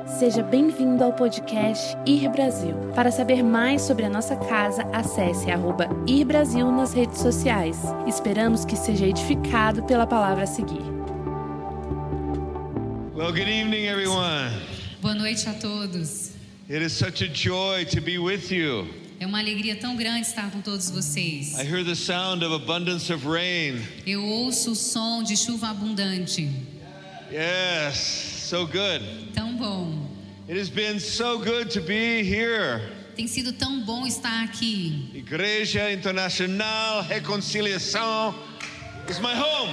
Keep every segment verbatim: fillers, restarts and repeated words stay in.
Seja bem-vindo ao podcast Ir Brasil. Para saber mais sobre a nossa casa, acesse arroba Ir Brasil nas redes sociais. Esperamos que seja edificado pela palavra a seguir. Well, good evening, everyone. Boa noite a todos. It is such a joy to be with you. É uma alegria tão grande estar com todos vocês. I hear the sound of abundance of rain. Eu ouço o som de chuva abundante. Yes, so good. Tão bom. It has been so good to be here. Tem sido tão bom estar aqui. Igreja Internacional Reconciliação is my home.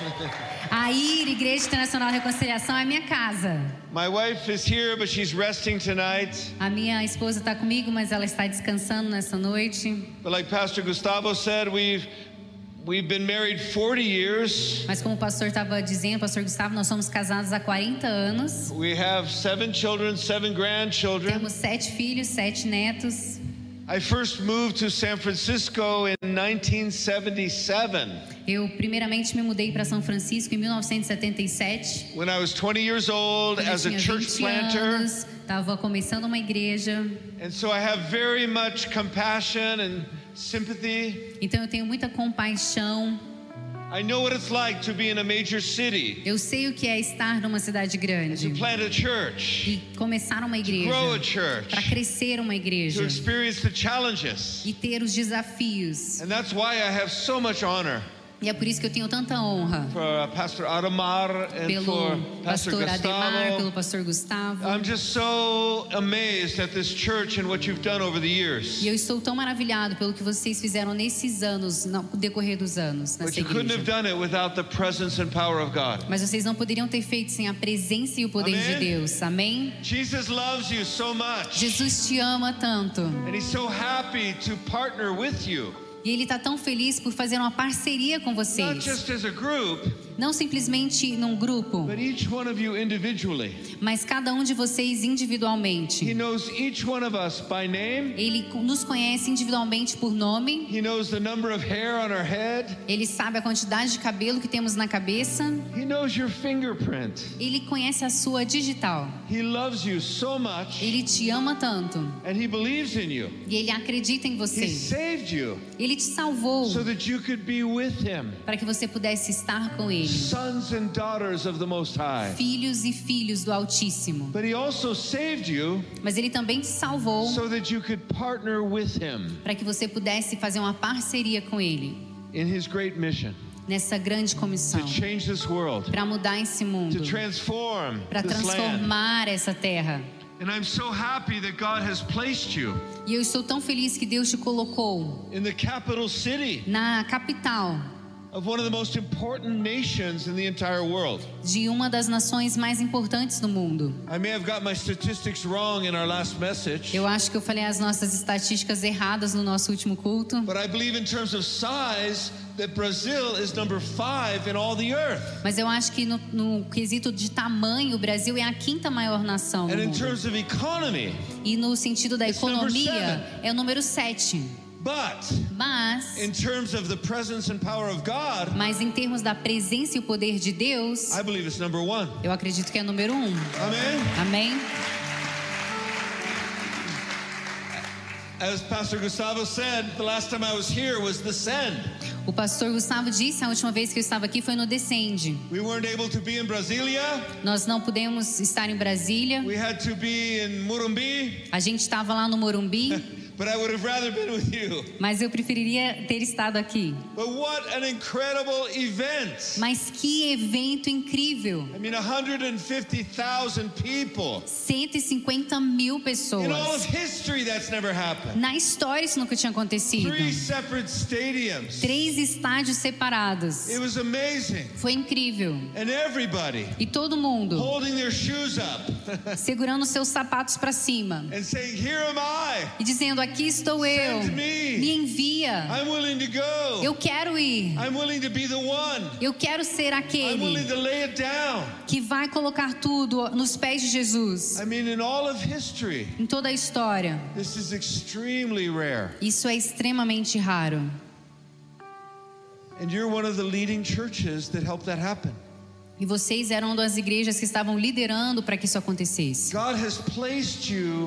A I R, Igreja Internacional Reconciliação, é minha casa. My wife is here, but she's resting tonight. A minha esposa está comigo, mas ela está descansando nessa noite. But like Pastor Gustavo said, we've we've been married forty years. Mas como o pastor estava dizendo, pastor Gustavo, nós somos casados há quarenta anos. We have seven children, seven grandchildren. Temos sete filhos, sete netos. I first moved to San Francisco in nineteen seventy-seven. Eu primeiramente me mudei para São Francisco em mil novecentos e setenta e sete. When I was twenty years old as a church planter. Estava começando uma igreja. And so I have very much compassion and sympathy. Então eu tenho muita compaixão. I know what it's like to be in a major city. Eu sei o que é estar numa cidade grande. To plant a church. E começar uma igreja. To grow a church. Para crescer uma igreja. To experience the challenges. E ter os desafios. And that's why I have so much honor. E é por isso que eu tenho tanta honra. For Pastor Ademar and pelo for Pastor pastor Gustavo. Ademar, pelo pastor Gustavo. I'm just so amazed at this church and what you've done over the years. E eu estou tão maravilhado pelo que vocês fizeram nesses anos, no decorrer dos anos, nessa But you couldn't have igreja. done it without the presence and power of God. Mas vocês não poderiam ter feito sem a presença e o poder Amém? de Deus. Amém? Jesus loves you so much. Jesus te ama tanto. And he's so happy to partner with you. E Ele está tão feliz por fazer uma parceria com Not vocês. just as a group, Não simplesmente num grupo, but each one of you individually. mas cada um de vocês He individualmente. knows each one of us by name. Ele nos conhece individualmente por nome. He knows the number of hair on our head. Ele sabe a quantidade de cabelo que temos na cabeça. He knows your fingerprint. Ele conhece a sua digital. He loves you so much, Ele te ama tanto. and he believes in you. E Ele acredita em He você. saved you Ele te salvou so that you could be with him. para que você pudesse estar com Ele. Sons and daughters of the Most High. Filhos e filhos do Altíssimo. But he also saved you Mas Ele também te salvou so that you could partner with him para que você pudesse fazer uma parceria com Ele in his great mission nessa grande comissão, to change this world, para mudar esse mundo, to transform para this land. transformar essa terra. And I'm so happy that God has placed you E eu estou tão feliz que Deus te colocou in the capital city na capital of one of the most important nations in the entire world. de uma das nações mais importantes do mundo. I may have got my statistics wrong in our last message, Eu acho que eu falei as nossas estatísticas erradas no nosso último culto, but I believe in terms of size that Brazil is number five in all the earth. mas eu acho que no, no quesito de tamanho, o Brasil é a quinta maior nação do And in mundo. terms of economy, E no sentido da It's number economia, seven. é o número sete. but Mas, in terms of the presence and power of God, mas em termos da presença e o poder de Deus, I believe it's number one. eu acredito que é número um. Amen. Amém? As Pastor Gustavo said, the last time I was here was the Send. O pastor Gustavo disse a última vez que eu estava aqui foi no Descende. We weren't able to be in Brasilia. Nós não pudemos estar em Brasília. We had to be in Morumbi, A gente estava lá no Morumbi, but I would have rather been with you. mas eu preferiria ter estado aqui. But what an incredible event. Mas que evento incrível! I mean, one hundred fifty thousand people. cento e cinquenta mil In all of pessoas. history, that's never happened. Na história isso nunca tinha acontecido. Three separate stadiums. Três estádios separados. It was amazing. Foi incrível. And everybody E todo mundo holding their shoes up segurando seus sapatos para cima and saying, "Here am I. e dizendo: aqui estou eu, Send me. me envia. I'm willing to go. Eu quero ir. I'm willing to be the one. Eu quero ser I'm willing aquele to lay it down." que vai colocar tudo nos pés de Jesus. I mean, in all of history, Em toda a história, this is extremely rare. isso é extremamente raro. And you're one of the leading churches that helped that happen. E vocês eram uma das igrejas que estavam liderando para que isso acontecesse. God has placed you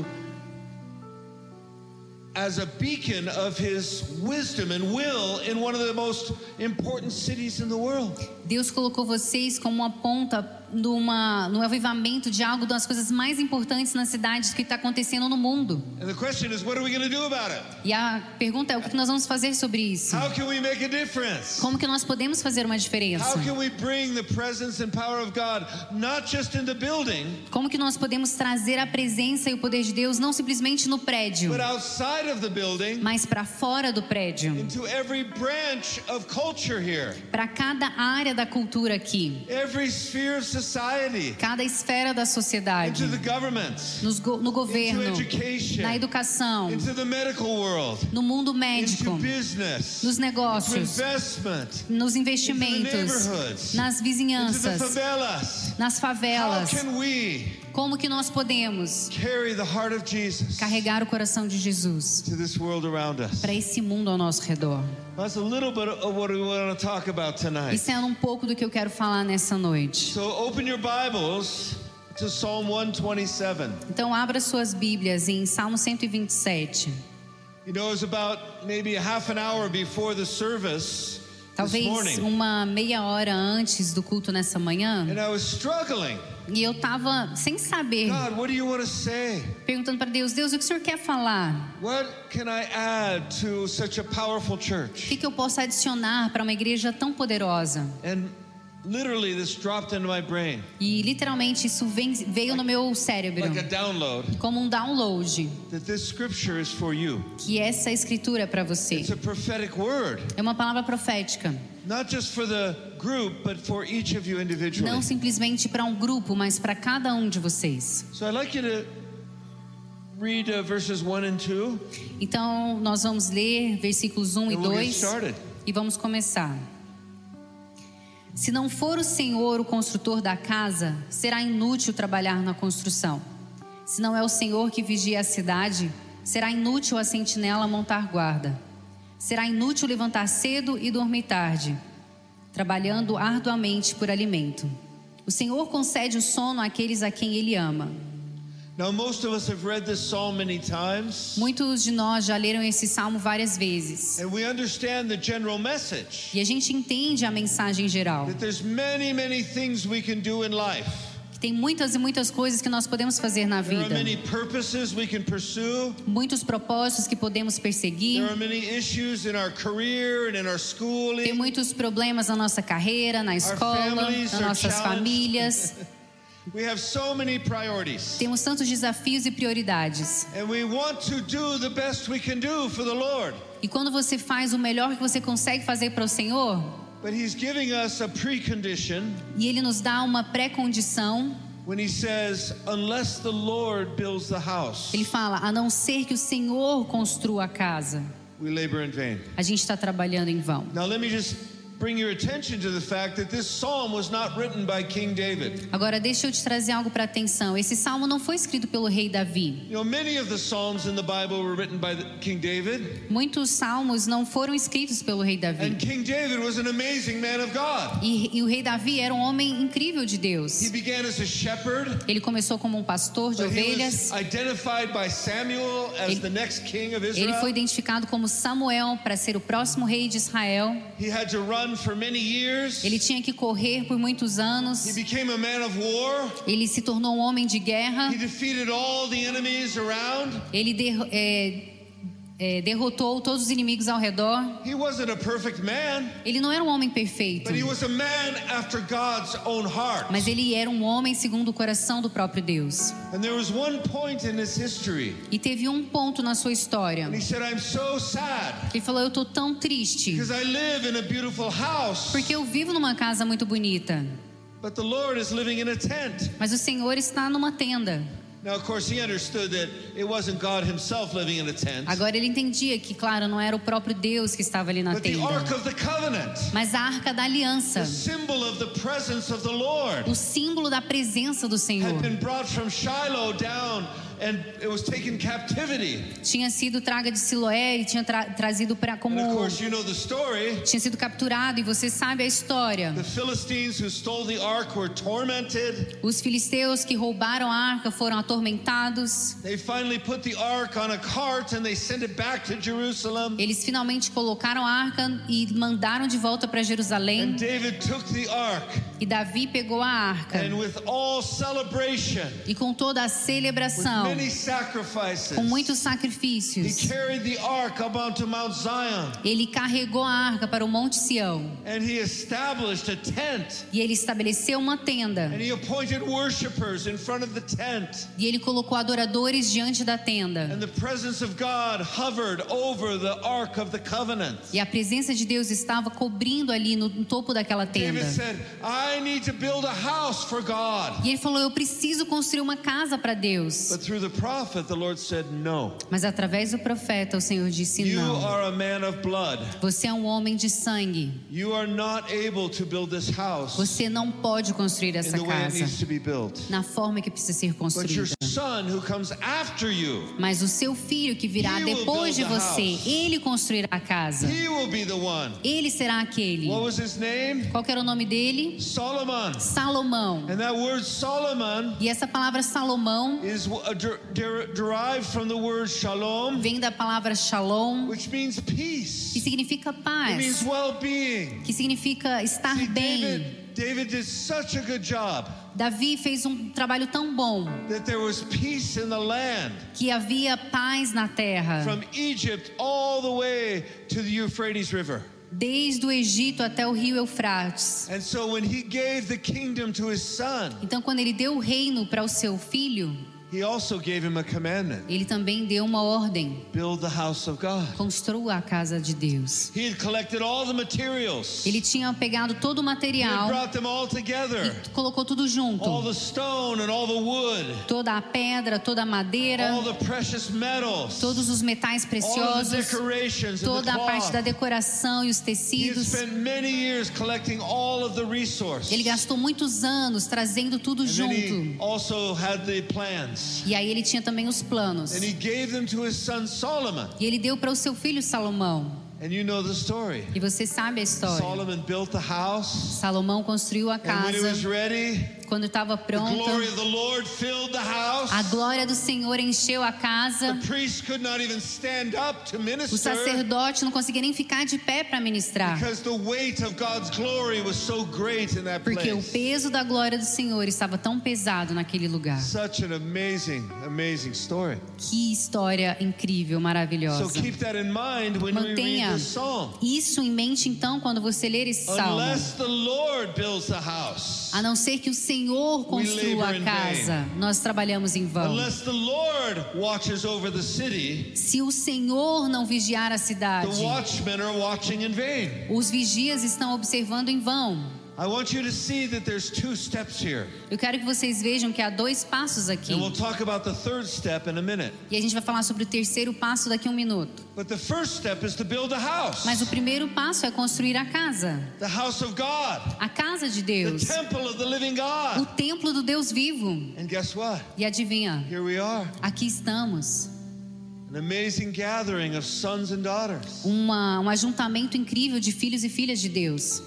as a beacon of His wisdom and will in one of the most important cities in the world. Deus colocou vocês como uma ponta numa, no avivamento de algo das coisas mais importantes nas cidades que está acontecendo no mundo. And the question is, what are we going to do about it? E a pergunta é, o que nós vamos fazer sobre isso? How can we make a difference? Como que nós podemos fazer uma diferença? How can we bring the presence and power of God not just in the building, Como que nós podemos trazer a presença e o poder de Deus não simplesmente no prédio, but outside of the building, mas para fora do prédio, into every branch of culture here, para cada área da cultura aqui, every sphere of society, cada esfera da sociedade, into the governments, nos go- no governo, into education, na educação, into the medical world, no mundo into médico, business, nos into negócios, investment, nos into the investimentos, neighborhoods, nas into the vizinhanças, favelas. nas How favelas. can we Como que nós podemos carry the heart of Jesus carregar o coração de Jesus to this world around us? para esse mundo ao nosso redor? That's a little bit of what we want to talk about tonight. Isso é um pouco do que eu quero falar nessa noite. So open your Bibles to Psalm one twenty-seven. Então abra suas Bíblias em Salmo cento e vinte e sete. You know, it was about maybe a half an hour before the service this Talvez morning, uma meia hora antes do culto nessa manhã, and I was struggling. e eu estava sem saber, God, what do you want to say? perguntando para Deus, Deus, o que o Senhor quer falar? What can I add to such a powerful O church? que, que eu posso adicionar para uma igreja tão poderosa? And literally this dropped into my brain E literalmente isso vem, veio no meu cérebro like a download como um download, that this scripture is for you. que essa escritura é para você. It's a prophetic word, É uma palavra profética, not just for the group, but for each of you individually. não simplesmente para um grupo, mas para cada um de vocês. So I'd like you to read uh, verses one and two, Então nós vamos ler versículos um e and we'll get dois started. e vamos começar. Se não for o Senhor o construtor da casa, será inútil trabalhar na construção. Se não é o Senhor que vigia a cidade, será inútil a sentinela montar guarda. Será inútil levantar cedo e dormir tarde, trabalhando arduamente por alimento. O Senhor concede o sono àqueles a quem Ele ama. Now, most of us have read this psalm many times, Muitos de nós já leram esse salmo várias vezes. and we understand the general message E a gente entende a mensagem geral, that there's many, many things we can do in life. que tem muitas e muitas coisas que nós podemos fazer na There are vida. many purposes we can pursue. Muitos propósitos que podemos perseguir. There are many issues in our career and in our Tem schooling. muitos problemas na nossa carreira, na escola, families nas are nossas challenged. famílias. We have so many priorities, Temos tantos desafios e prioridades. and we want to do the best we can do for the Lord. E quando você faz o melhor que você consegue fazer para o Senhor, But He's giving us a precondition e Ele nos dá uma pré-condição, when He says, unless the Lord builds the house, Ele fala, a não ser que o Senhor construa a casa, we labor in vain. a gente está trabalhando em vão. Now let me just bring your attention to the fact that this psalm was not written by King David. Agora deixa eu te trazer algo para atenção. Esse salmo não foi escrito pelo rei Davi. You know, many of the psalms in the Bible were written by the- King David, Muitos salmos não foram escritos pelo rei Davi. and King David was an amazing man of God. E, e o rei Davi era um homem incrível de Deus. He began as a shepherd, Ele começou como um pastor de but he ovelhas. was identified by Samuel as Ele- the next king of Ele Israel. foi identificado como Samuel para ser o próximo rei de Israel. He had to run for many years. Ele tinha que correr por muitos anos. He became a man of war. Ele se tornou um homem de guerra. He defeated all the enemies around. Ele der- é, é, derrotou todos os inimigos ao redor. He wasn't a perfect man, Ele não era um homem perfeito, but he was a man after God's own heart. mas ele era um homem segundo o coração do próprio Deus. And there was one point in his history, E teve um ponto na sua história. and he said, I'm so sad Ele falou, eu tô tão triste, because I live in a beautiful house, porque eu vivo numa casa muito bonita, but the Lord is living in a tent. mas o Senhor está numa tenda. Now, of course, he understood that it wasn't God himself living in a tent. Agora ele entendia que, claro, não era o próprio Deus que estava ali na But the tenda, Ark of the Covenant, mas a Arca da Aliança, the symbol of the presence of the Lord, o símbolo da presença do Senhor, had been brought from Shiloh down, and it was taken captivity. tinha sido traga de Siloé e tinha tra trazido para como And of course, you know the story. tinha sido capturado, e você sabe a história. The Philistines who stole the ark were tormented. Os filisteus que roubaram a arca foram atormentados. They finally put the ark on a cart and they sent it back to Jerusalem. Eles finalmente colocaram a arca e mandaram de volta para Jerusalém. And David took the ark, E Davi pegou a arca, and with all celebration, e com toda a with celebração, many sacrifices, com muitos he sacrifícios, carried the ark up onto Mount Zion, ele carregou a arca para o Monte Sião. and he established a tent, E ele estabeleceu uma tenda. and he appointed worshipers in front of the tent, E ele colocou adoradores diante da tenda. and the presence of God hovered over the ark of the covenant. E a presença de Deus estava cobrindo ali no, no topo daquela tenda. David said, I need to build a house for God. E ele falou: eu preciso construir uma casa para Deus. But through the prophet, the Lord said, no. Mas através do profeta, o Senhor disse: You não. are a man of blood. Você é um homem de sangue. You are not able to build this house Você não pode construir in essa the way it casa needs to be built. na forma que precisa ser But your construída. son who comes after you, Mas o seu filho que virá He will depois de build the você, house. ele construirá a casa. he will be the one. Ele será aquele. What was his name? Qual que era o nome dele? Solomon. Salomão. And that word Solomon E essa palavra Salomão is a der- der- derived from the word shalom, vem da palavra shalom, which means que peace. significa It paz, means well-being. que significa estar See, bem. David, David did such a good job Davi fez um trabalho tão bom that there was peace in the land que havia paz na terra, from Egypt all the way to the Euphrates River. desde o Egito até o rio Eufrates. And so when he gave the kingdom to his son, Então, quando ele deu o reino para o seu filho, he also gave him a commandment. ele também deu uma ordem: Build the house of God. construa a casa de Deus. He had collected all the materials. Ele tinha pegado todo o He had material brought them all together. e colocou tudo junto. All the stone and all the wood. Toda a pedra, toda a All madeira, the precious metals. todos os metais All the preciosos, decorations and the toda a parte cloth. da decoração e os He had tecidos. spent many years collecting all of the resources. Ele gastou muitos anos trazendo tudo And then he junto. also had the plans. E aí ele tinha também os planos. And he gave them to his son Solomon. E ele deu para o seu filho Salomão. And you know the story. E você sabe a história. Solomon built the house. Salomão construiu a And when it was casa. ready, Quando estava the pronta, glory of the Lord filled the house. a glória do Senhor encheu a casa. The priest could not even stand up to O minister sacerdote não conseguia nem ficar de pé para ministrar, because the weight of God's glory was so great in that porque o place. peso da glória do Senhor estava tão pesado naquele lugar. Such an amazing, amazing story. Que história incrível, So maravilhosa. keep that in mind when we read Mantenha this psalm. isso em mente, então, quando você ler esse salmo. Unless the Lord builds the house, A não ser que o Senhor construa a casa, nós trabalhamos em vão. unless the Lord watches over the city, Se o Senhor não vigiar a the cidade, watchmen are watching in vain. os vigias estão observando em vão. I want you to see that there's two steps here. Eu quero que vocês vejam que há dois passos aqui. And we'll talk about the third step in a minute. E a gente vai falar sobre o terceiro passo daqui a um minuto. But the first step is to build a house. Mas o primeiro passo é construir a casa. The house of God. A casa de The Deus. temple of the living O God. templo do Deus vivo. And guess what? E adivinha? Here we are. Aqui estamos. An amazing gathering of sons and daughters. Uma, um ajuntamento incrível de filhos e filhas de Deus.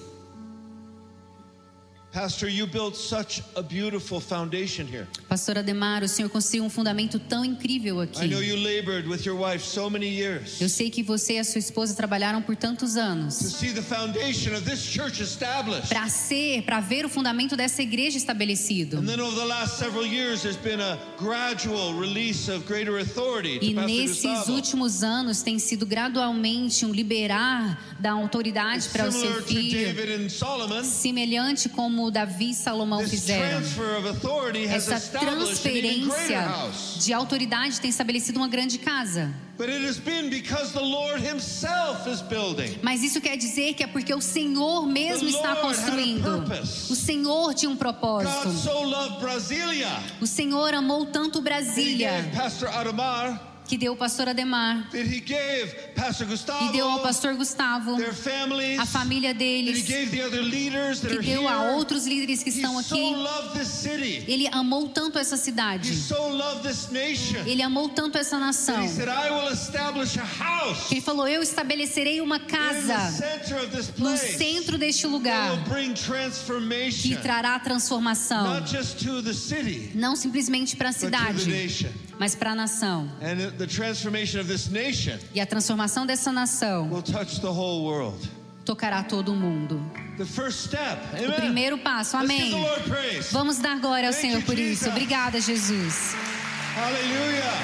Pastor, you built such a beautiful foundation here. Pastor Ademar, o Senhor construiu um fundamento tão incrível aqui. I know you labored with your wife so many years Eu sei que você e a sua esposa trabalharam por tantos to anos see the foundation of this church established. para ser, para ver o fundamento dessa igreja estabelecido. And then over the last several years there's been a gradual release of greater authority to E Pastor nesses Gustavo. últimos anos tem sido gradualmente um liberar da autoridade para o seu Similar to filho, David and Solomon, semelhante como como Davi e Salomão This fizeram. transfer of authority has Essa established an even greater transferência house. de autoridade tem estabelecido uma grande casa. But it has been because the Lord himself is building. Mas isso quer dizer que é porque o Senhor mesmo The está Lord had a construindo. purpose. O Senhor tinha um God propósito. so loved Brasilia O Senhor amou tanto that he Brasília gave Pastor Ademar, que deu o pastor Ademar that he gave Pastor Gustavo, e deu ao pastor Gustavo, their families, a família that he deles, gave the other leaders that que are deu a here. outros líderes que He estão so aqui. loved this city. Ele amou tanto essa He cidade. so loved this nation. Ele amou tanto essa That nação. he said, I will establish a house Ele falou: eu estabelecerei uma in the casa center of this no place centro deste that lugar will bring que transformation, trará transformação, not just to the city, não simplesmente para a but to the cidade, nation. mas para a nação. And the transformation of this nation E a transformação dessa nação will touch the whole world. tocará todo o mundo. The first step. O Amen. primeiro passo, Let's give amém. the Lord praise. Vamos dar glória ao Thank Senhor you, por isso. Jesus. Obrigada, Jesus. Hallelujah.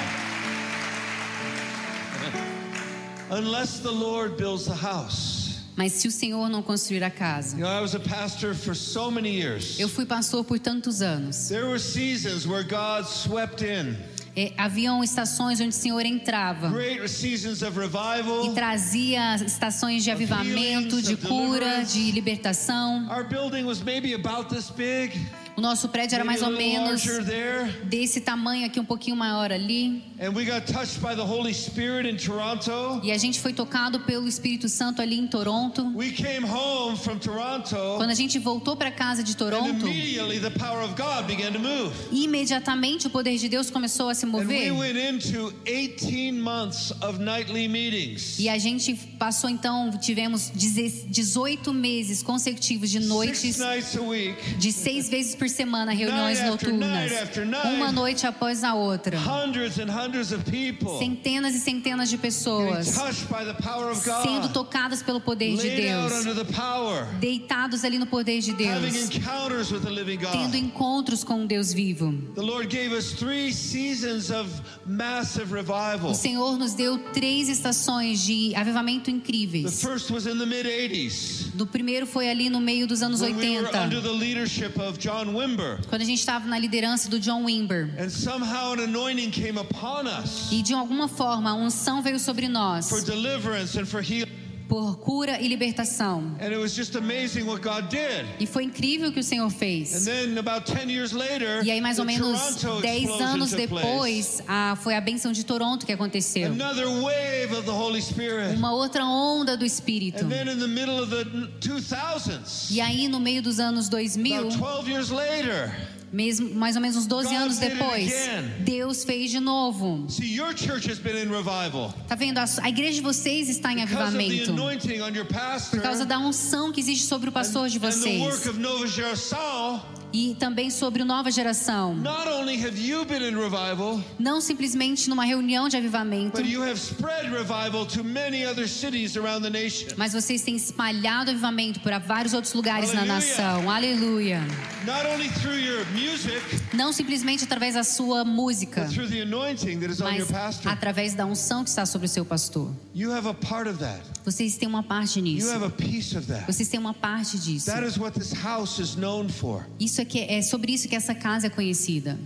Unless the Lord builds the house. Mas se o Senhor não construir a casa. You know, I was a pastor for so many years. Eu fui pastor por tantos anos. There were seasons where God swept in. É, haviam estações onde o Senhor entrava Great seasons of revival. e trazia estações de avivamento, de cura, de libertação. Our building was maybe about this big. O nosso prédio era maybe mais a ou little menos larger there. desse tamanho aqui, um pouquinho maior ali. And we got touched by the Holy Spirit in Toronto. E a gente foi tocado pelo Espírito Santo ali em Toronto. We came home from Toronto. Quando a gente voltou para casa de And Toronto, immediately the power of God began to move. imediatamente o poder de Deus começou a se And we mover. went into eighteen months of nightly meetings. E a gente passou então, tivemos dezoito meses consecutivos de Six noites, nights a week. de seis vezes por semana, reuniões Night after noturnas, night after night. uma noite após a outra. Hundreds and hundreds of people Centenas e centenas de getting pessoas touched by the power of sendo God. tocadas pelo poder de Laid out Deus, under the power. deitados ali no poder de Having Deus, encounters with the living tendo God. encontros com o Deus vivo. The Lord gave us three seasons of massive revival. O Senhor nos deu três estações de avivamento The incríveis. first was in the mid eighties. Do primeiro foi ali no meio dos anos When we were oitenta, under the leadership of John Wimber. quando a gente estava na liderança do John Wimber. And somehow an anointing came upon us E de alguma forma a unção veio sobre nós for deliverance and for healing. por cura e libertação. And it was just amazing what God did. E foi incrível o que o Senhor And fez. then about ten years later, E aí mais the ou menos Toronto dez explosion anos took place. depois, a, foi a bênção de Toronto que aconteceu. Another wave of the Holy Spirit. Uma outra onda do Espírito. And then in the middle of the two thousands, E aí no meio dos anos dois mil, about twelve years later, mesmo, mais ou menos uns doze God anos did it depois, again. Deus fez de novo. see, your church has been in revival. Tá vendo? A, a igreja de vocês está em Because of the avivamento. anointing on your pastor Por causa da unção que existe sobre o pastor de and the vocês. work of Nova Geração, E também sobre o Nova Geração. not only have you been in revival, Não simplesmente numa reunião de avivamento, but you have spread revival to many other cities around the nation. mas vocês têm espalhado avivamento para vários outros lugares na Aleluia. nação. Aleluia. Not only through your music, Não simplesmente através da sua música, but through the anointing that is on your mas pastor. através da unção que está sobre o seu pastor. You have a part of that. Vocês têm uma parte You nisso. have a piece of that. Vocês têm uma parte disso. That is what this house is known for. Isso é, que, é sobre isso que essa casa é conhecida.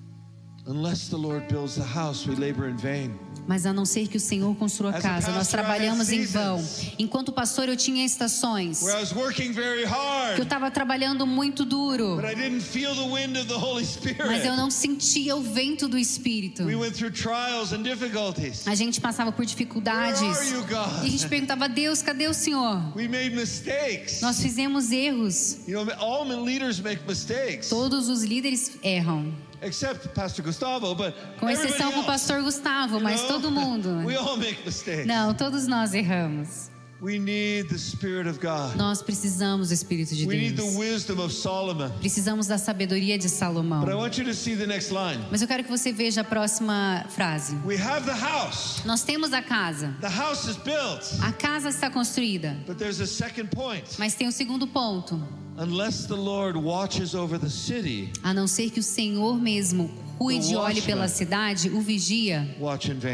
Unless the Lord builds the house, we labor in vain. Mas a não ser que o Senhor construa a As a casa, nós pastor, I trabalhamos had em vão. seasons. Enquanto pastor, eu tinha estações Where I was working very que eu hard, estava trabalhando muito duro, but I didn't feel the wind of the Holy Spirit. mas eu não sentia o vento do Espírito. We went through trials and difficulties. A gente passava por dificuldades Where are you, God? e a gente perguntava: Deus, cadê o Senhor? We made mistakes. Nós fizemos erros. You know, all leaders make mistakes, Todos os líderes erram, except Pastor Gustavo, but com exceção everybody com o else, pastor Gustavo, you mas know? todo mundo. We all make mistakes. Não, todos nós erramos. We need the Spirit of God. Nós precisamos do Espírito de We need the Deus. wisdom of Solomon. Precisamos da sabedoria de Salomão. But I want you to see the next line. Mas eu quero que você veja a próxima frase. We have the house. Nós temos a casa. The house is built. A casa está construída. But there's a second point. Mas tem o segundo ponto. Unless the Lord watches over the city, A não ser que o Senhor mesmo cuide e olhe pela cidade, o vigia watch in vain.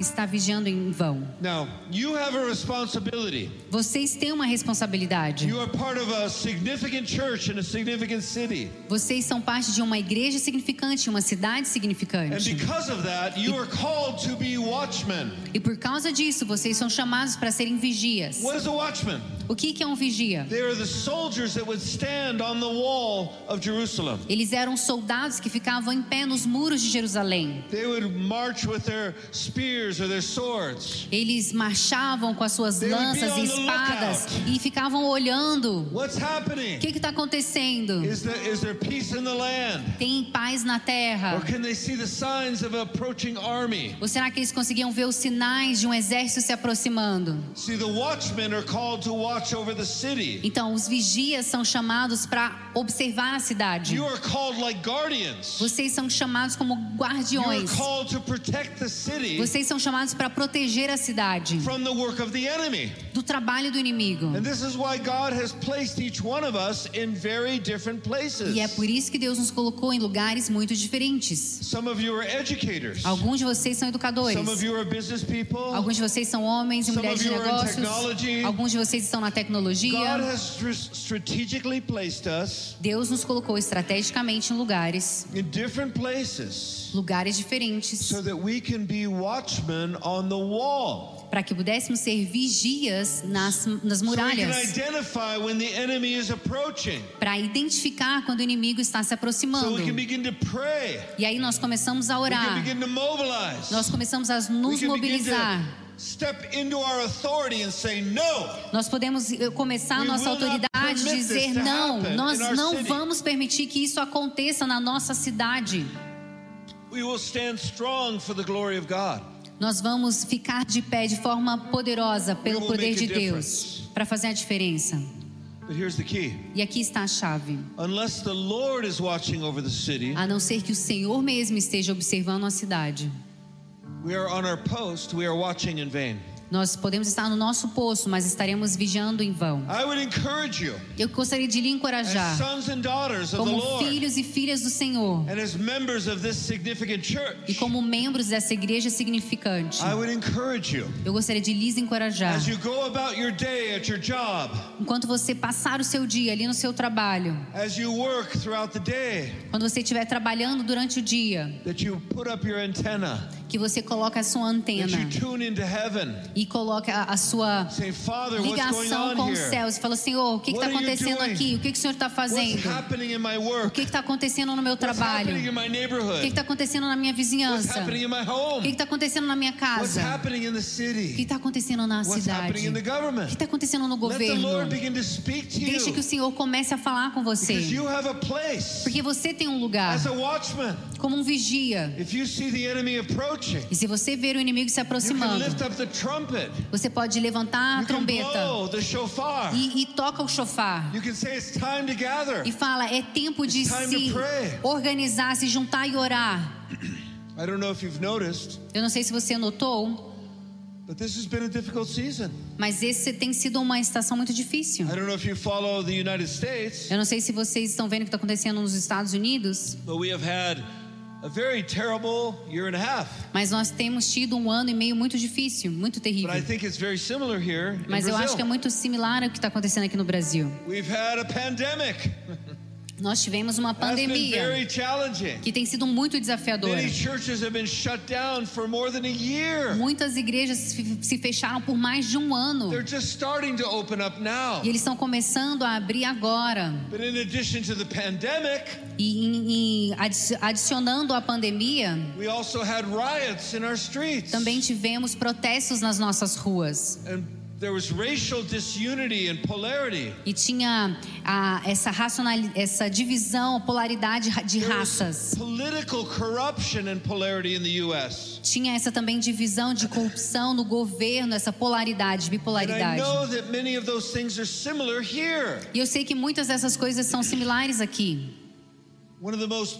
está vigiando em vão. Now, you have a responsibility. Vocês têm uma responsabilidade. You are part of a significant church in a significant city. Vocês são parte de uma igreja significante, uma cidade And significante. because of that, you are called to be watchmen. E por causa disso, vocês são chamados para serem vigias. What is a watchman? O que que é um vigia? They are the soldiers that would stand on the wall of Jerusalem. Eles eram soldados que ficavam em pé nos muros de Jerusalém. They would march with their spears or their swords. Eles marchavam com as suas They would be lanças e on the espadas lookout. e ficavam olhando. What's happening? O que está acontecendo? Is there, is there peace in the land? Tem paz na Or terra? can they see the signs of an approaching army? Ou será que eles conseguiam ver os sinais de um exército se aproximando? See, the watchmen are called to watch over the city. Então, os vigias são chamados para observar a cidade. You are called like guardians. Vocês são chamados como You are guardiões. called to protect the city Vocês são chamados para proteger a cidade from the work of the enemy. do trabalho do inimigo. And this is why God has placed each one of us in very different places. E é por isso que Deus nos colocou em lugares muito diferentes. Some of you are educators. Alguns de vocês são educadores. Some of you are business people. Alguns de vocês são homens e Some mulheres of de you are in negócios. technology. Alguns de vocês estão na God tecnologia. has str- strategically placed us Deus nos colocou estrategicamente em lugares, in different places lugares diferentes, so that we can be watchmen on the wall. para que pudéssemos ser vigias nas, nas So we can muralhas, identify when the enemy is approaching. para identificar quando o inimigo está se So aproximando. we can begin to pray. E aí nós começamos a We can orar, begin to mobilize. nós começamos a We nos can begin mobilizar. to step into our authority and say no. Nós podemos eh, começar a We nossa will not autoridade e permit dizer this to não, happen nós in our não city. vamos permitir que isso aconteça na nossa cidade. We will stand strong for the glory of God. Nós vamos ficar de pé de forma poderosa pelo will poder make de a Deus difference. para fazer a diferença. But here's the key. E aqui está a chave. Unless the Lord is watching over the city, A não ser que o Senhor mesmo esteja observando a cidade. we are on our post, we are watching in vain. Nós podemos estar no nosso posto, mas estaremos vigiando em vão. I would encourage you, Eu gostaria de lhe encorajar, as sons and daughters of the como Lord, filhos e filhas do Senhor, and as members of this significant e church, como membros dessa igreja significante, I would encourage you, eu gostaria de lhes encorajar. as you go about your day at your job, Enquanto você passar o seu dia ali no seu trabalho, as you work throughout the day, quando você estiver trabalhando durante o dia, that you put up your antenna, que você coloque a sua that antena you tune into heaven, e coloque a, a sua say, Father, what's going ligação on com os here? céus e fala: Senhor, o que está What are you acontecendo doing? aqui? O que, que o Senhor está What's fazendo? happening in my O work? que está acontecendo no meu What's happening trabalho? in my O que neighborhood? está acontecendo na minha What's vizinhança? happening in my O que home? está acontecendo na minha What's casa? happening in the O que city? está acontecendo na What's happening cidade? in the O que government? está acontecendo no Let the governo? Lord begin to speak to Deixe que o you, Senhor comece a falar com você. because you have a place Porque você tem um lugar as a watchman. como um vigia. If you see the enemy approaching, E se você ver o inimigo se you can aproximando, lift up the trumpet. você pode levantar a You can trombeta blow the shofar. e, e toca o chofar. You can say it's time to gather. E fala: é tempo de It's time se to pray. organizar, se juntar e orar. I don't know if you've noticed, Eu não sei se você notou, but this has been a difficult season. mas esse tem sido uma estação muito difícil. I don't know if you follow the United States, Eu não sei se vocês estão vendo o que está acontecendo nos Estados Unidos, but we have had a very terrible year and a half. mas nós temos tido um ano e meio muito difícil, muito But I terrível. think it's very similar here in Mas eu acho que é Brazil. muito similar ao que está acontecendo aqui no Brasil. We've had a pandemic. Nós tivemos uma That's been pandemia very challenging. que tem sido muito desafiadora. Many churches have been shut down for more than a year. Muitas igrejas se- se fecharam por mais de um ano. They're just starting to open up now. E eles estão começando a abrir agora. But in addition to the pandemic, E, em- em adi- adicionando a pandemia, we also had riots in our streets. também tivemos protestos nas nossas ruas. And there was racial disunity and polarity. E tinha a, essa, racional, essa divisão, polaridade ra- de There was raças. political corruption and polarity in the U S. Tinha essa também divisão de corrupção no governo, essa polaridade, And I bipolaridade. know that many of those things are similar here. E eu sei que muitas dessas coisas são similares aqui. One of the most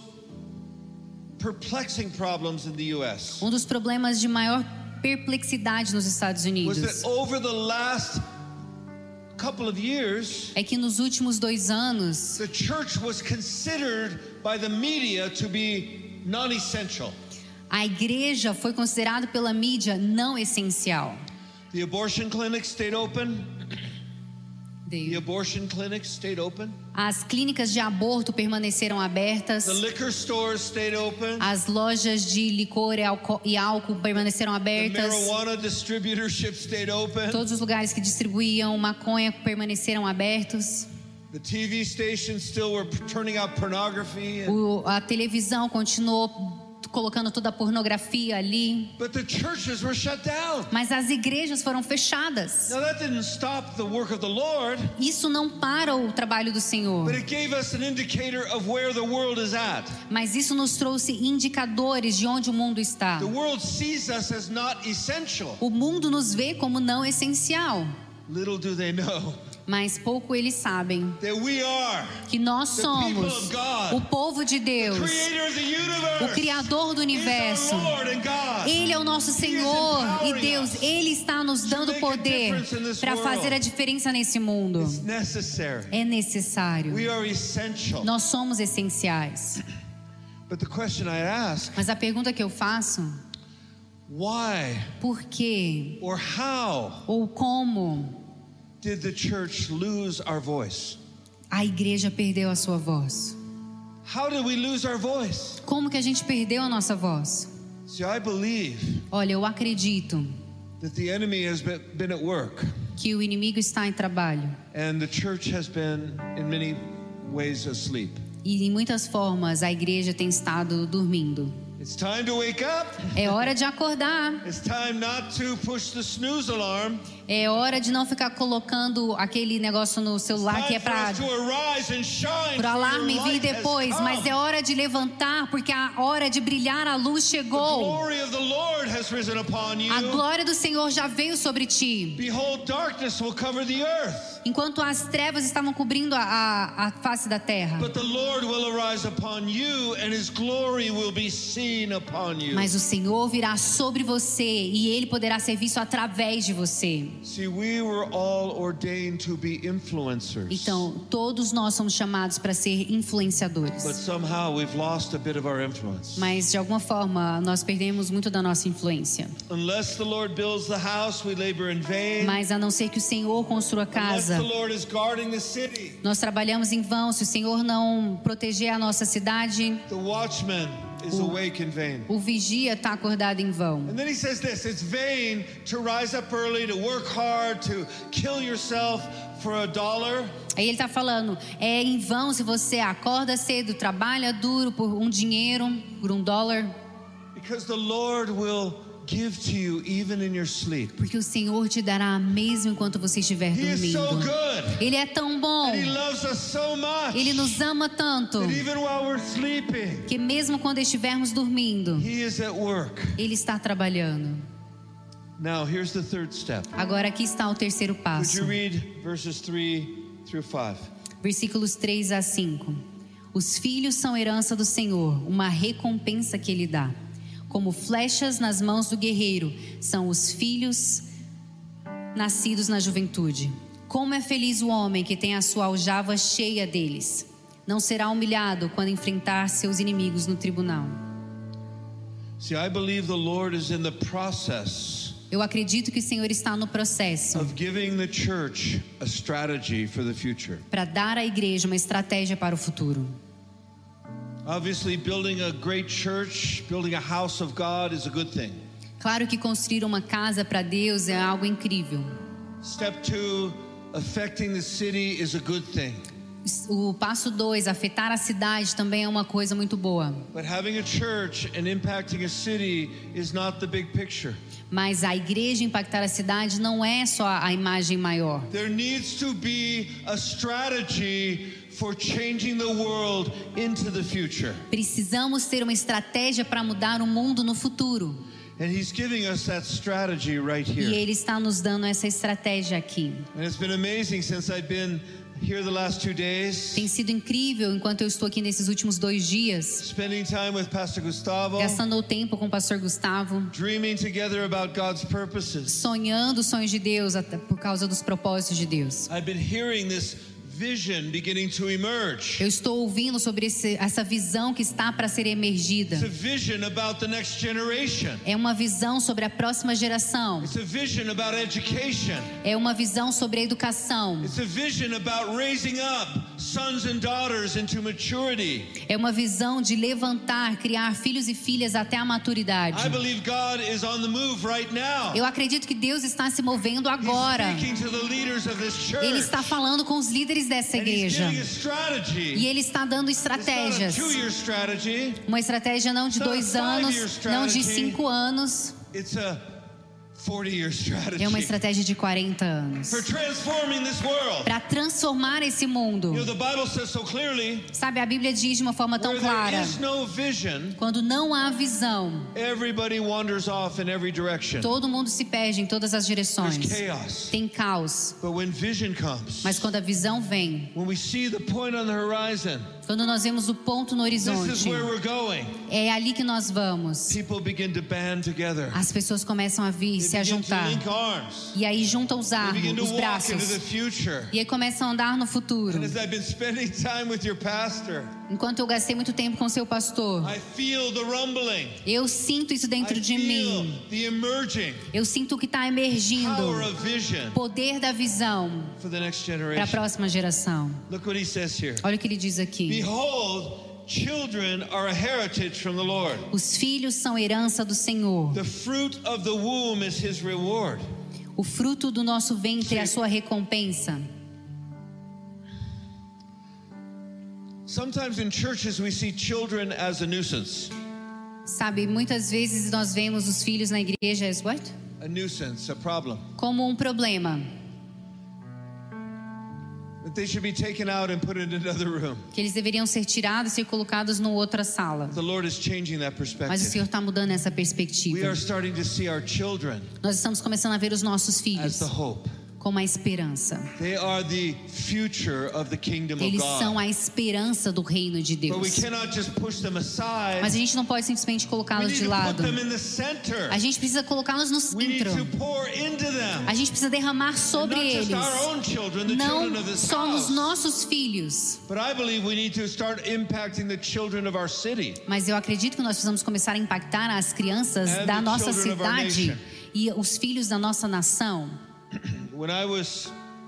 perplexing problems in the U S Um dos problemas de maior perplexidade nos Estados was Unidos that over the last couple of years, é que nos últimos dois anos the church was considered by the media to be non-essential. A igreja foi considerada pela mídia não essencial. The abortion clinics stayed open. The abortion clinics stayed open. As clínicas de aborto permaneceram abertas. The liquor stores stayed open. As lojas de licor e álcool, e álcool permaneceram abertas. The marijuana distributorship stayed open. Todos os lugares que distribuíam maconha permaneceram abertos. The T V stations still were turning out pornography. O, a televisão continuou colocando toda a pornografia ali. But the churches were shut down. Mas as igrejas foram fechadas. Now that didn't stop the work of the Lord. Isso não para o trabalho do Senhor. But it gave us an indicator of where the world is at. Mas isso nos trouxe indicadores de onde o mundo está. The world sees us as not essential. O mundo nos vê como não essencial. Little do they know. Mas pouco eles sabem that we are que nós somos o povo de Deus, o Criador do universo. Ele é o nosso Senhor e Deus, Ele está nos dando poder para fazer a diferença nesse mundo. É necessário. Nós somos essenciais. Mas a pergunta que eu faço: por quê? Ou como? Did the church lose our voice? A igreja perdeu a sua voz. How did we lose our voice? Como que a gente perdeu a nossa voz? See, I believe Olha, eu acredito that the enemy has been at work. Que o inimigo está em trabalho. And the church has been in many ways asleep. E em muitas formas a igreja tem estado dormindo. It's time to wake up. É hora de acordar. It's time not to push the snooze alarm. É hora de não ficar colocando aquele negócio no celular que é para o alarme vir depois, mas é hora de levantar porque a hora de brilhar a luz chegou. A glória do Senhor já veio sobre ti. Enquanto as trevas estavam cobrindo a, a, a face da terra. Mas o Senhor virá sobre você e Ele poderá ser visto através de você. See, we were all ordained to be influencers. Então, todos nós somos chamados para ser influenciadores. But somehow we've lost a bit of our influence. Mas de alguma forma nós perdemos muito da nossa influência. Unless the Lord builds the house, we labor in vain. Mas a não ser que o Senhor construa a casa, Unless the Lord is guarding the city, nós trabalhamos em vão. Se o Senhor não proteger a nossa cidade, the watchman is o, awake in vain. O vigia está acordado em vão. And then he says this: it's vain to rise up early, to work hard, to kill yourself for a dollar. Aí ele está falando, é em vão se você acorda cedo, trabalha duro por um dinheiro, por um dólar. Because the Lord will give to you even in your sleep. Porque o Senhor te dará mesmo enquanto você estiver dormindo. He is so good. Ele é tão bom. And he loves us so much. Ele nos ama tanto. That even while we're sleeping, que mesmo quando estivermos dormindo, he is at work. Ele está trabalhando. Now, here's the third step. Agora aqui está o terceiro passo. Would you read verses three through five? Versículos três a cinco. Os filhos são herança do Senhor, uma recompensa que Ele dá. Como flechas nas mãos do guerreiro, são os filhos nascidos na juventude. Como é feliz o homem que tem a sua aljava cheia deles. Não será humilhado quando enfrentar seus inimigos no tribunal. See, I believe the Lord is in the process. Eu acredito que o Senhor está no processo para dar à igreja uma estratégia para o futuro. Obviously, building a great church, building a house of God is a good thing. Claro que construir uma casa para Deus é algo incrível. Step two, affecting the city is a good thing. O passo dois, afetar a cidade, também é uma coisa muito boa. But having a church and impacting a city is not the big picture. Mas a igreja impactar a cidade não é só a imagem maior. There needs to be a strategy for changing the world into the future. Precisamos ter uma estratégia para mudar o mundo no futuro. And he's giving us that strategy right here. E ele está nos dando essa estratégia aqui. And it's been amazing since I've been here the last two days. Tem sido incrível enquanto eu estou aqui nesses últimos dois dias. Spending time with Pastor Gustavo. Gastando o tempo com o pastor Gustavo. Dreaming together about God's purposes. Sonhando os sonhos de Deus por causa dos propósitos de Deus. I've been hearing this vision beginning to emerge. Eu estou ouvindo sobre esse, essa visão que está para ser emergida. It's a vision about the next generation. É uma visão sobre a próxima geração. It's a vision about education. É uma visão sobre a educação. It's a vision about raising up sons and daughters into maturity. É uma visão de levantar, criar filhos e filhas até a maturidade. I believe God is on the move right now. Eu acredito que Deus está se movendo agora. He's speaking to the leaders of this church. Ele está falando com os líderes dessa And he's igreja. giving a strategy. E Ele está dando estratégias. It's not a two-year strategy. Uma estratégia não de dois anos, não de cinco anos. It's a forty-year strategy. É uma estratégia de quarenta anos. For transforming this world. Para transformar esse mundo. You know, the Bible says so clearly. Sabe, a Bíblia diz de uma forma tão Where clara. there is no vision, quando não há visão, everybody wanders off in every direction. todo mundo se perde em todas as direções. There's chaos. Tem caos. But when vision comes, Mas quando a visão vem, when we see the point on the horizon, quando nós vemos o ponto no this is horizonte, where we're going. é ali que nós vamos. People begin to band together. As pessoas começam a vir, They se begin to ajuntar. link arms. E aí juntam os They armos, begin to os walk braços. into the future. E aí começam a andar no futuro. And as I've been spending time with your pastor, Enquanto eu gastei muito tempo com seu pastor, I feel the rumbling. eu sinto isso dentro I de feel mim. the emerging Eu sinto o que está emergindo. power of vision Poder da visão for the next para a generation. próxima geração. Look what he says here. Olha o que ele diz aqui. Behold, children are a heritage from the Lord. Os filhos são herança do Senhor. The fruit of the womb is his reward. O fruto do nosso ventre é a sua recompensa. Sometimes in churches we see children as a nuisance. Sabe, muitas vezes nós vemos os filhos na igreja as what? A nuisance, a problem. Como um problema. That they should be taken out and put in another room. Que eles deveriam ser tirados e ser colocados numa outra sala. The Lord is changing that Mas o perspective. Senhor está mudando essa We perspectiva. are starting to see our children Nós estamos começando a ver os nossos as filhos the hope. como a esperança. They are the future of the kingdom of Eles são God. a esperança do reino de But we Deus. cannot just push them aside. Mas a gente não pode simplesmente We colocá-los need de to lado. put them in the center. A gente precisa colocá-los no We need centro. to pour into them. A gente precisa derramar sobre Not just eles. our own children, the children Não of this só nos house. nossos filhos. But I believe we need to start impacting the children of our city. Mas eu acredito que nós precisamos começar a impactar as crianças And da the nossa children of our cidade nation. e os filhos da nossa nação. When I was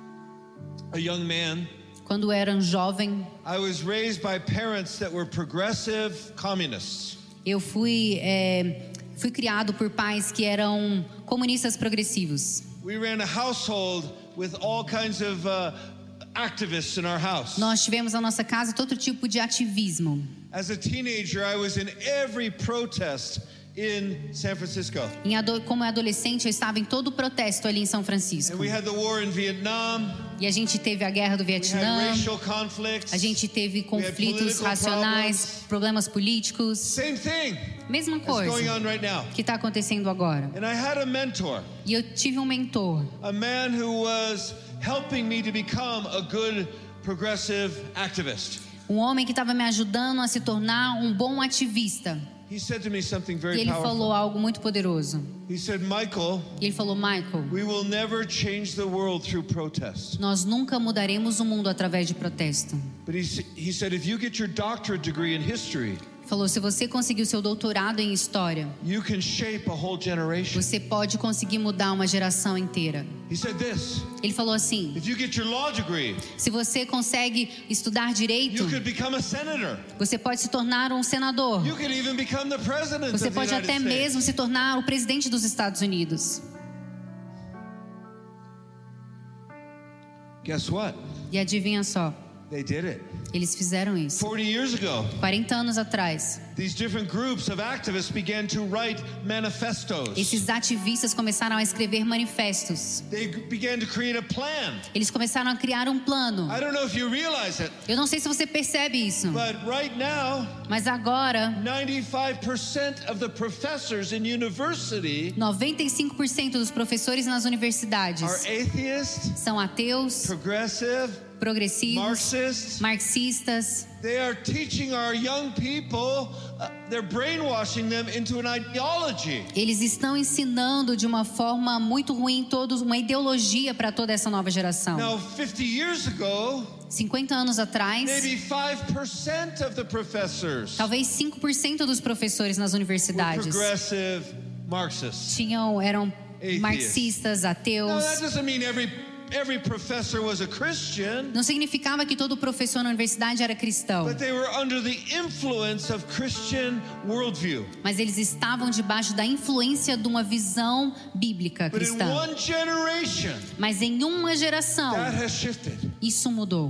a young man, Quando eu era um jovem, I was raised by parents that were progressive communists. eu fui, é, fui criado por pais que eram comunistas progressivos. We ran a household with all kinds of uh, activists in our house. Nós tivemos na nossa casa todo tipo de ativismo. As a teenager, I was in every protest in San Francisco. Em ado- como adolescente, eu estava em todo o protesto ali em São Francisco. And we had the war in Vietnam. E a gente teve a guerra do We had Vietnã, racial conflicts. a gente teve conflitos political racionais, problems. problemas políticos. Same thing Mesma that's going coisa on right now. que está acontecendo agora. And I had a mentor, E eu tive um mentor, a man who was helping me to become a good progressive activist. um homem que estava me ajudando a se tornar um bom ativista. He said to me something E very ele falou powerful. algo muito poderoso. He said, Michael, E ele falou: Michael, we will never change the world through protest. nós nunca mudaremos o mundo através de protesto. But he, s- he said, if you get your doctorate degree in history, Falou: se você conseguir o seu doutorado em história, you can shape a whole generation. você pode conseguir mudar uma geração inteira. He said this, Ele falou assim: if you get your law degree, se você consegue estudar direito, you could become a senator. você pode se tornar um senador. You could even become the president Você of the pode United até States. mesmo se tornar o presidente dos Estados Unidos. Guess what? E adivinha só, They did it. eles fizeram isso. forty years ago, quarenta anos atrás, these different groups of activists began to write manifestos. esses ativistas começaram a escrever manifestos. They began to create a plan. Eles começaram a criar um plano. I don't know if you realize it, Eu não sei se você percebe isso, but right now, mas agora ninety-five percent of the professors in university noventa e cinco por cento dos professores nas universidades are atheists, são ateus, progressive, progressivos, Marxists. marxistas. They are teaching our young people, uh, they're brainwashing them into an ideology. Eles estão ensinando de uma forma muito ruim todos uma ideologia para toda essa nova geração. Now, fifty years ago, cinquenta anos atrás, maybe five percent of the professors talvez cinco por cento dos professores nas were universidades progressive Marxists. tinham eram Atheists. marxistas, Now, ateus. that doesn't mean every every professor was a Christian, Não significava que todo professor na universidade era cristão, but they were under the influence of Christian worldview. mas eles estavam debaixo da influência de uma visão bíblica But in cristã. one generation, Mas em uma geração, that has shifted. isso mudou.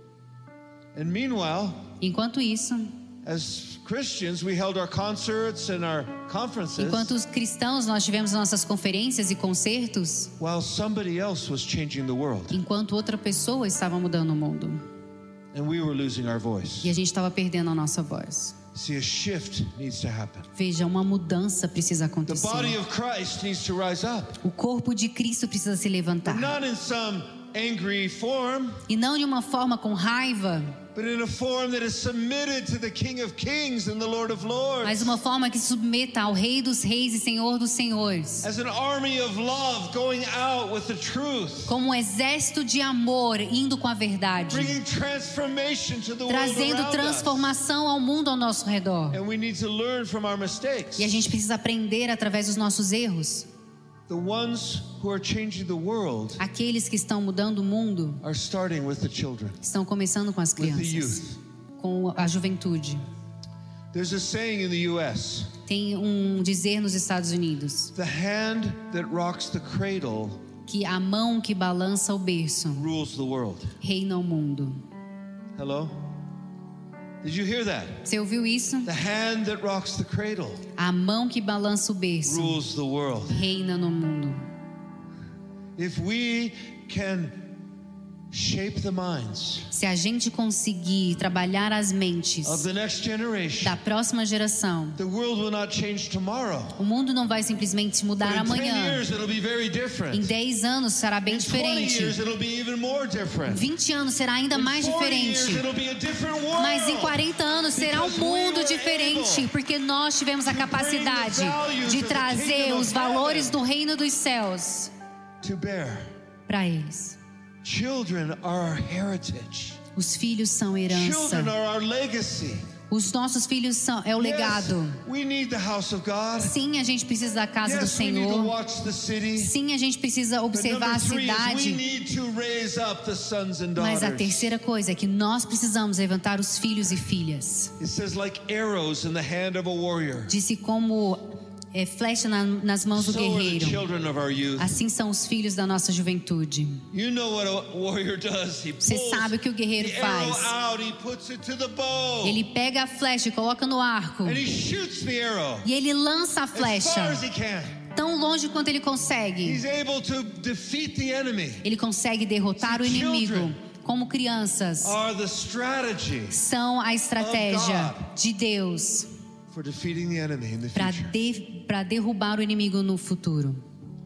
And meanwhile, Enquanto isso, as Christians, we held our concerts and our conferences enquanto os cristãos nós tivemos nossas conferências e concertos, while somebody else was changing the world, enquanto outra pessoa estava mudando o mundo. and we were losing our voice. E a gente estava perdendo a nossa voz. See, a shift needs to happen. Veja, uma mudança precisa The acontecer. body of Christ needs to rise up, O corpo de Cristo precisa se levantar. but not in some angry form, E não de uma forma com raiva, but in a form that is submitted to the King of Kings and the Lord of Lords. mas uma forma que se submeta ao Rei dos Reis e Senhor dos Senhores. As an army of love going out with the truth, Como um exército de amor indo com a verdade, bringing transformation to the world trazendo around us. transformação ao mundo ao nosso redor. And we need to learn from our mistakes. E a gente precisa aprender através dos nossos erros. The ones who are changing the world Aqueles que estão mudando o mundo are starting with the children, estão começando com as with the crianças, youth. com a juventude. There's a saying in the U S, Tem um dizer nos Estados Unidos the hand that rocks the cradle que a mão que balança o berço rules the world. reina o mundo. Hello? Did you hear that? Você ouviu isso? The hand that rocks the cradle A mão que balança o berço rules the world. reina no mundo. If we can shape the minds Se a gente conseguir trabalhar as mentes of the next generation, da próxima geração, the world will not change tomorrow. o mundo não vai simplesmente mudar But in ten amanhã. years it'll be very different. Em dez anos será bem In twenty years diferente. it'll be even more different. vinte anos será ainda In mais forty years diferente. it'll be a different world. Mas em quarenta anos será um mundo diferente, porque nós tivemos a capacidade de trazer os valores do reino dos céus to bear. para eles. Children are our heritage. Os filhos são herança. Children are our legacy. Os nossos filhos são é o legado. Yes, we need the house of God. Sim, a gente precisa da casa do Yes, we need to Senhor. watch the city. Sim, a gente precisa But observar number a three is we cidade. need to raise up the sons and Mas a daughters. terceira coisa é que nós precisamos levantar os filhos e filhas. It says like arrows in the hand of a warrior. Disse como é, flecha na, nas mãos do So are the guerreiro. children of our youth. Assim são os filhos da nossa juventude. You know what a warrior does. He Você pulls sabe o que o guerreiro the arrow faz. out, he puts it to the bow. Ele pega a flecha e coloca no arco. And he shoots the arrow E ele lança a as far flecha as he can. tão longe quanto ele consegue. He's able to defeat the enemy. Ele consegue derrotar o See, inimigo. children Como crianças, Are the strategy são a estratégia de Deus for defeating the enemy in the para future. de, para derrubar o inimigo no futuro.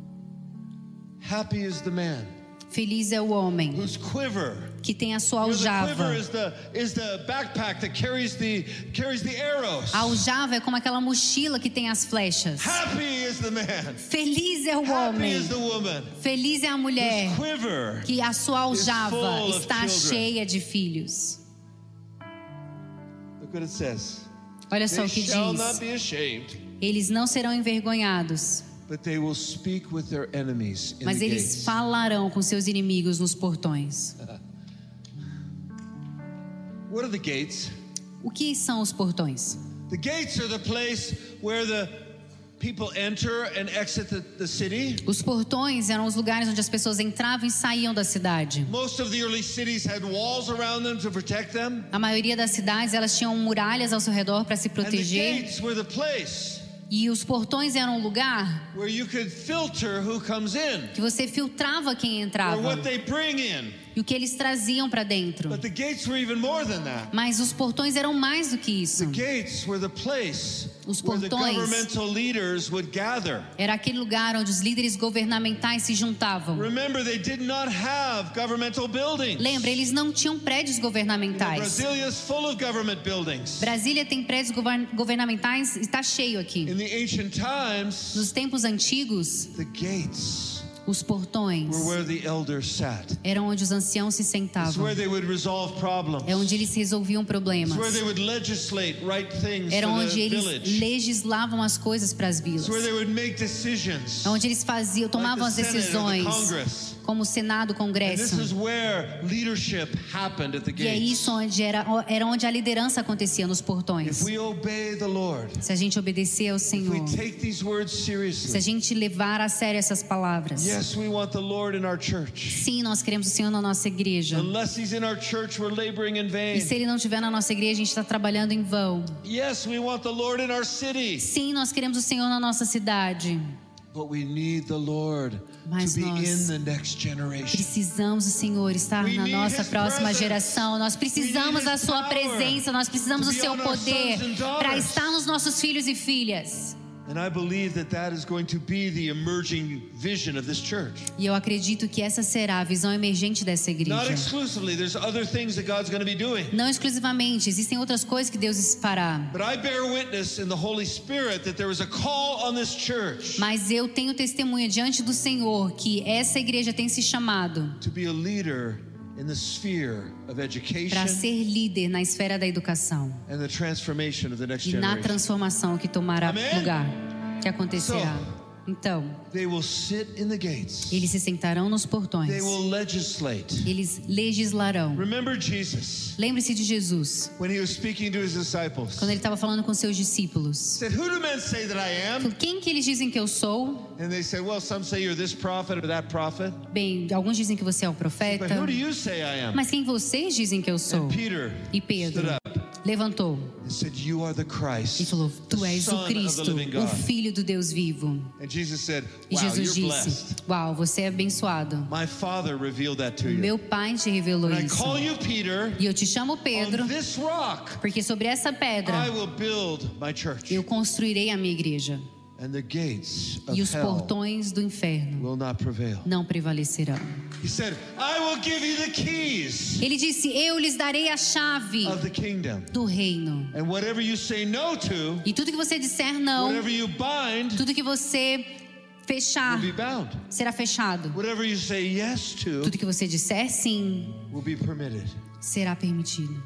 Happy is the man Feliz é o homem whose quiver, que tem a sua you know, the aljava. quiver is the is the backpack that carries the carries the arrows. A aljava é como aquela mochila que tem as flechas. Happy is the man. Feliz é o Happy homem. is the woman Feliz é a mulher whose quiver. que a sua aljava full of está children. cheia de filhos. Look what it says. Olha só They o que shall not diz. be ashamed, Eles não serão envergonhados, but they will speak with their enemies in mas the eles gates. falarão com seus inimigos nos portões. What are the gates? O que são os portões? The gates are the place where the people enter and exit the, the city. Os portões eram os lugares onde as pessoas entravam e saíam da cidade. Most of the early cities had walls around them to protect them. A maioria das cidades, elas tinham muralhas ao seu redor para se And the proteger. gates were the place E os portões eram um lugar where you could filter who comes in que você filtrava quem or entrava what they bring in. e e o que eles traziam para dentro. But the gates were even more than that. Mas os portões eram mais do que isso. The gates were the place Os where the portões governmental leaders would gather. era aquele lugar onde os líderes governamentais se juntavam. Remember, they did not have governmental buildings. Lembra, eles não tinham prédios You know, governamentais. Brasilia is full of government buildings. Brasília tem prédios govern- governamentais, está cheio aqui. In the ancient times, Nos tempos antigos, the gates os portões were where the elders sat. eram onde os anciãos se It's sentavam. where they would resolve problems. É onde eles resolviam problemas. It's where they would legislate right things Era for onde the eles village. legislavam as coisas para as vilas. It's where they would make decisions. É onde eles faziam, tomavam as Like the Senate or the decisões, Congress. como o Senado, o And this Congresso. is where leadership happened at the E é gates. isso onde era, era onde a liderança acontecia, nos portões. If we obey the Lord, Se a gente obedecer ao if Senhor, we take these words se a seriously, gente levar a sério essas palavras. yes, we want the Lord in our church. Sim, nós queremos o Senhor na nossa igreja. Unless He's in our church, we're laboring in E vain. se Ele não estiver na nossa igreja, a gente está trabalhando em vão. Yes, we want the Lord in our city, Sim, nós queremos o Senhor na nossa cidade. but we need the Lord Mas to be nós in the next generation. Precisamos do Senhor estar We na need nossa His próxima presence. geração. Nós precisamos We need da His sua power presença. Nós precisamos to do be seu on our poder sons and para daughters. estar nos nossos filhos e filhas. And I believe that that is going to be the emerging vision of this church. E eu acredito que essa será a visão emergente dessa Not igreja. exclusively, there's other things that God's going to be doing. Não exclusivamente, existem outras coisas que Deus fará. But I bear witness in the Holy Spirit that there was a call on this church Mas eu tenho testemunha diante do Senhor que essa igreja tem se chamado to be a leader in the sphere of education para ser líder na esfera da educação and the transformation of the next e na generation. transformação que tomará Amém? lugar, que acontecerá. So, Então, They will sit in the gates. eles se sentarão nos portões. They will legislate. Eles legislarão. Remember Jesus Lembre-se de Jesus, when he was speaking to his disciples. quando ele estava falando com seus discípulos. Said, "Who do men say that I am?" Quem que eles dizem que eu sou? And they said, "Well, some say you're this prophet or that prophet." Bem, alguns dizem que você é o profeta. But who do you say I am? Mas quem vocês dizem que eu sou? And Peter E Pedro stood up levantou and said, "You are the Christ, e falou: Tu the és Son o of the Cristo, living o God." Filho do Deus vivo. And Jesus said, E "Wow, Jesus you're disse: blessed. Uau, você é abençoado. My Father revealed that to you. Meu Pai te revelou And I isso. call you Peter. E eu te chamo Pedro, On this rock, porque sobre essa pedra I will build my church, eu construirei a minha igreja. and the gates of E os hell portões do inferno will not prevail." não prevalecerão. He said, "I will give you the keys Ele disse: Eu lhes darei a chave of the kingdom, do reino. and whatever you say no to, E tudo que você disser não, whatever you bind, tudo que você fechar, will be bound. será fechado. Whatever you say yes to Tudo que você disser sim, will be permitted." será permitido.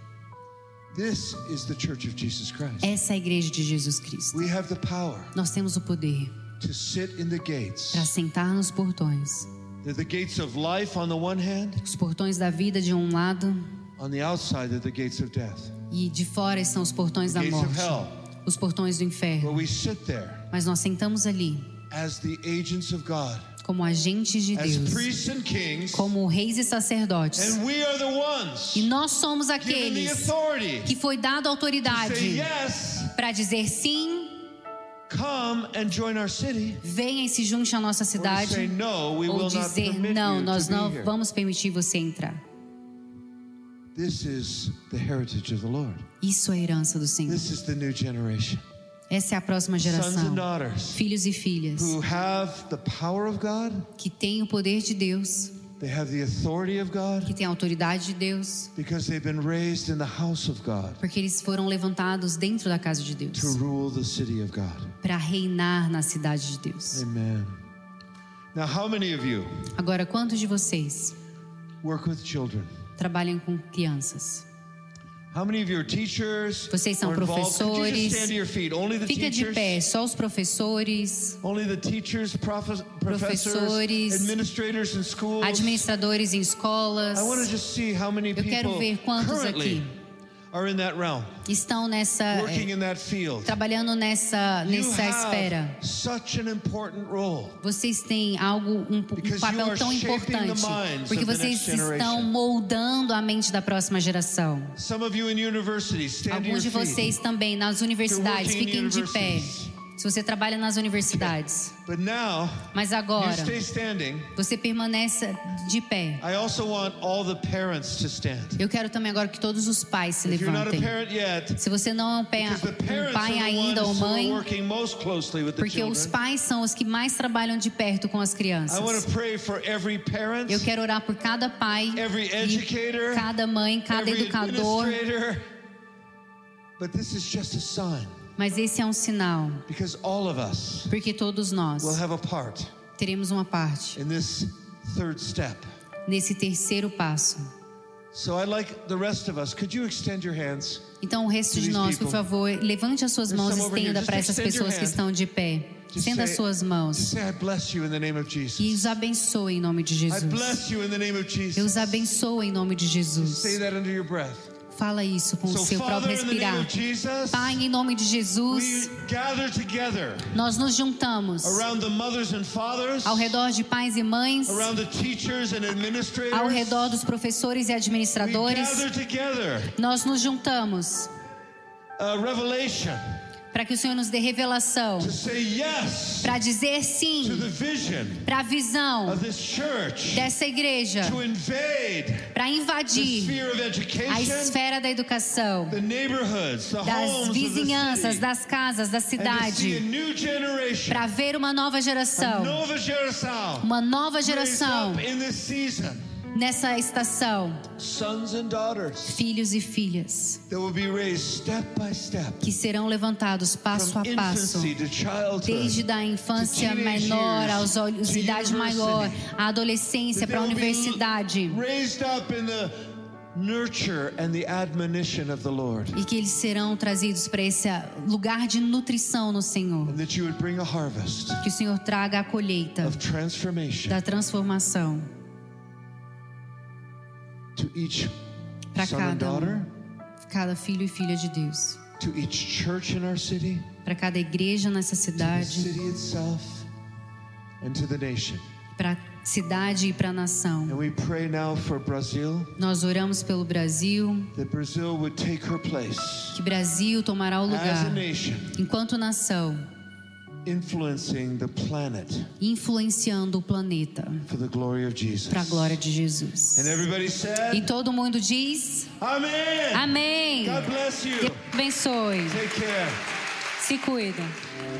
This is the church of Jesus Christ. Essa é a igreja de Jesus Cristo. We have the power Nós temos o poder to sit in the gates. para sentar nos portões. They're the gates of life on the one hand, Os portões da vida de um lado on the outside are the gates of death. e de fora estão os portões da Gates of morte, hell. os portões do Where inferno. we sit there Mas nós sentamos ali as the agents of God, como agentes de as Deus, priests and kings, como reis e sacerdotes. and we are the ones E nós somos given the aqueles authority que foi dado to say autoridade yes, para dizer sim, come and join our city, venha e se junte à nossa or to say cidade, no, we ou will not dizer permit não, you nós to be não here. vamos permitir você entrar. This is the heritage of the Lord. Isso é a herança do Senhor. This is the new generation. Essa é a próxima Sons geração. and daughters Filhos e filhas who have the power of God, que têm o poder de Deus, they have the authority of God, que têm a autoridade de Deus, because they've been raised in the house of God porque eles foram levantados dentro da casa de to Deus rule the city of God. para reinar na cidade de Deus. Amen. Now, how many of you Agora, quantos de vocês work with children? trabalham com crianças? How many of you are teachers? Vocês são or involved? Could you just professores? stand to your feet? Only the Fica de teachers? pé, só os professores, Only the teachers, prof- professors, Professores, administrators in schools. administradores em escolas. I want to just see how many Eu quero people ver quantos currently aqui are in that realm, estão nessa, working é, in that field. trabalhando nessa, You nessa esfera. have such an important role. Vocês têm algo, um, um Because you papel are tão shaping the importante, minds porque of the vocês next generation. estão moldando a mente da próxima geração. Some of you in universities, stand to your Alguns de feet. vocês também nas If you're universidades, working in fiquem de pé. universities, Se você trabalha nas universidades. But now, Mas you agora, stay standing. você permanece de pé. I also want all the parents to stand. Eu quero também agora que todos os pais se If you're not a levantem. parent yet, Se você não é um pai, because the um parents pai are the ainda ou ones who are mãe, working most closely with the porque os children. pais são os que mais trabalham de perto com as I want crianças. to pray for every parent, Eu quero orar por cada pai, every e educator, cada mãe, cada every educador. administrator. But this is just a sign, Mas esse é um sinal, because all of us porque todos nós will have a part teremos uma parte in this third step. nesse terceiro passo. So I'd like the rest of us, could you extend your hands? Então o resto de These nós, por people. favor, levante as suas There's mãos e some over here. estenda Just para essas extend your pessoas que hand. estão de pé. Just Estenda as say- suas Just mãos say, I bless you in the name of e os Jesus. abençoe em nome de I Jesus. bless you in the name of Eu os Jesus. abençoo em nome de Say Jesus. that under your breath. Fala isso com o So seu próprio Father, in the name respirar. of Jesus, Pai, em nome de we Jesus, gather together nós nos juntamos around the mothers and fathers, ao redor de pais e mães, around the teachers and administrators. ao redor dos professores e We administradores. gather together. Nós nos juntamos Uh, revelation para que o Senhor nos dê revelação, to say yes para dizer to sim the vision para a visão of this church dessa igreja, to invade para the invadir sphere of a education, esfera da educação, the neighborhoods, the das homes of the vizinhanças, city, das casas, da and to see a cidade, new generation, para ver uma nova a geração, nova geração, uma nova raised geração up in this season, nessa estação, sons and daughters filhos e filhas that will be raised step by step que serão levantados passo from a passo, infancy to childhood, desde a infância to teenage menor years, aos olhos, to idade university. maior, a adolescência, That para a they will be universidade, raised up in the nurture and the admonition of the Lord, e que eles serão trazidos para esse lugar de nutrição no Senhor, and that you would bring a harvest que o Senhor traga a colheita of transformation da transformação to each para son and cada daughter, um, cada filho e filha de Deus, to each church in our city, para cada igreja nessa to the cidade, city itself, and to the nation. para a cidade e para a nação. And we pray now for Brazil, Nós oramos pelo Brasil, that Brazil would take her place que Brasil tomará o as a lugar nation, enquanto nação, influencing the planet influenciando o planeta for the glory of Jesus. para a glória de Jesus. And everybody E said, todo mundo diz: Amen. Amém. God bless you. Deus abençoe. Take care. Se cuida.